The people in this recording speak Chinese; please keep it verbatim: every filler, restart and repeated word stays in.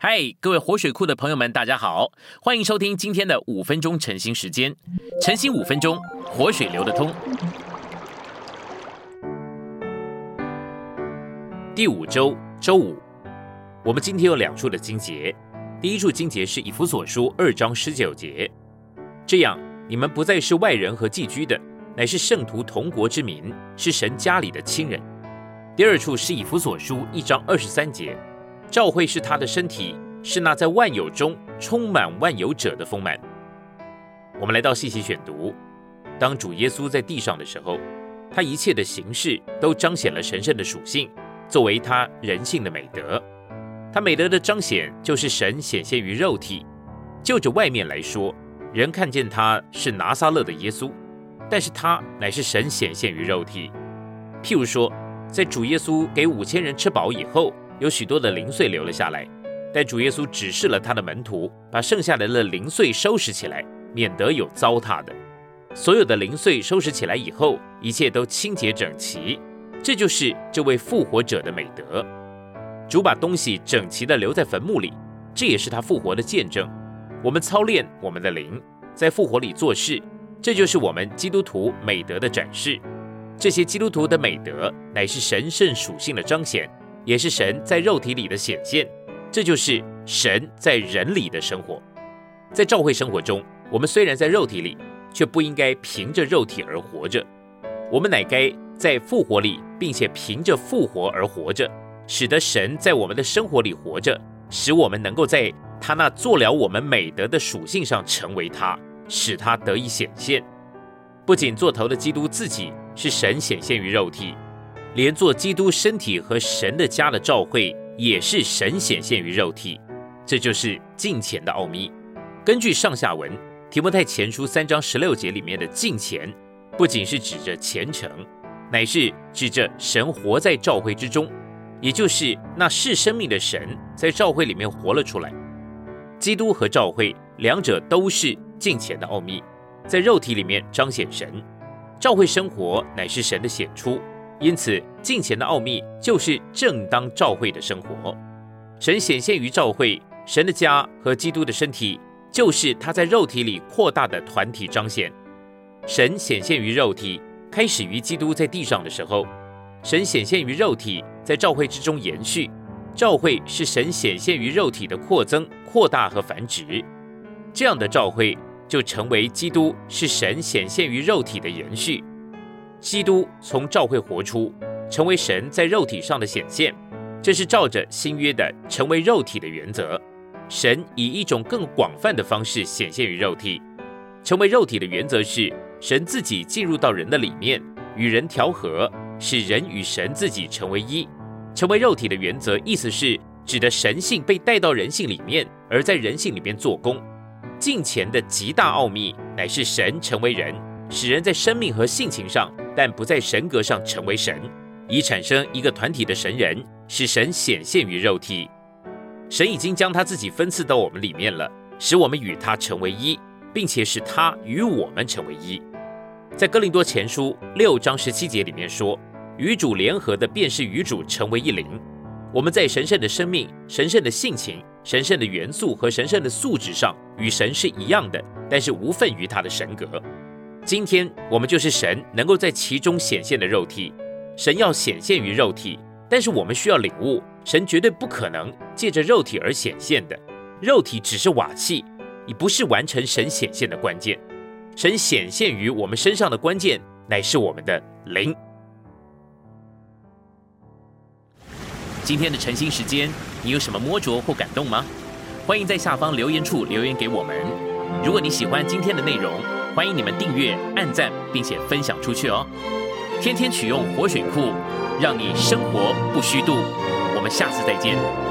嗨，各位活水库的朋友们，大家好，欢迎收听今天的五分钟晨兴时间。晨兴五分钟，活水流得通。第五周周五，我们今天有两处的经节。第一处经节是以弗所书二章十九节，这样你们不再是外人和寄居的，乃是圣徒同国之民，是神家里的亲人。第二处是以弗所书一章二十三节，教会是他的身体，是那在万有中充满万有者的丰满。我们来到细细选读，当主耶稣在地上的时候，他一切的行事都彰显了神圣的属性，作为他人性的美德。他美德的彰显就是神显现于肉体。就着外面来说，人看见他是拿撒勒的耶稣，但是他乃是神显现于肉体。譬如说，在主耶稣给五千人吃饱以后，有许多的零碎留了下来，但主耶稣指示了他的门徒，把剩下来的零碎收拾起来，免得有糟蹋的。所有的零碎收拾起来以后，一切都清洁整齐，这就是这位复活者的美德。主把东西整齐地留在坟墓里，这也是他复活的见证。我们操练我们的灵，在复活里做事，这就是我们基督徒美德的展示。这些基督徒的美德乃是神圣属性的彰显，也是神在肉体里的显现，这就是神在人里的生活。在教会生活中，我们虽然在肉体里，却不应该凭着肉体而活着，我们乃该在复活里，并且凭着复活而活着，使得神在我们的生活里活着，使我们能够在他那做了我们美德的属性上成为他，使他得以显现。不仅做头的基督自己是神显现于肉体，连做基督身体和神的家的教会也是神显现于肉体，这就是敬虔的奥秘。根据上下文，提摩太前书三章十六节里面的敬虔，不仅是指着虔诚，乃是指着神活在教会之中，也就是那是生命的神在教会里面活了出来。基督和教会两者都是敬虔的奥秘，在肉体里面彰显神。教会生活乃是神的显出，因此敬虔的奥秘就是正当教会的生活。神显现于教会，神的家和基督的身体，就是他在肉体里扩大的团体彰显。神显现于肉体，开始于基督在地上的时候，神显现于肉体，在教会之中延续。教会是神显现于肉体的扩增、扩大和繁殖，这样的教会就成为基督是神显现于肉体的延续。基督从教会活出，成为神在肉体上的显现，这是照着新约的成为肉体的原则。神以一种更广泛的方式显现于肉体。成为肉体的原则是神自己进入到人的里面，与人调和，使人与神自己成为一。成为肉体的原则意思是指的神性被带到人性里面，而在人性里面做工。敬虔的极大奥秘乃是神成为人，使人在生命和性情上，但不在神格上成为神，以产生一个团体的神人，使神显现于肉体。神已经将他自己分赐到我们里面了，使我们与他成为一，并且使他与我们成为一。在哥林多前书六章十七节里面说，与主联合的便是与主成为一灵。我们在神圣的生命、神圣的性情、神圣的元素和神圣的素质上与神是一样的，但是无分于他的神格。今天我们就是神能够在其中显现的肉体。神要显现于肉体，但是我们需要领悟，神绝对不可能借着肉体而显现的。肉体只是瓦器，也不是完成神显现的关键。神显现于我们身上的关键，乃是我们的灵。今天的晨兴时间，你有什么摸着或感动吗？欢迎在下方留言处留言给我们。如果你喜欢今天的内容，欢迎你们订阅、按赞，并且分享出去哦。天天取用活水库，让你生活不虚度。我们下次再见。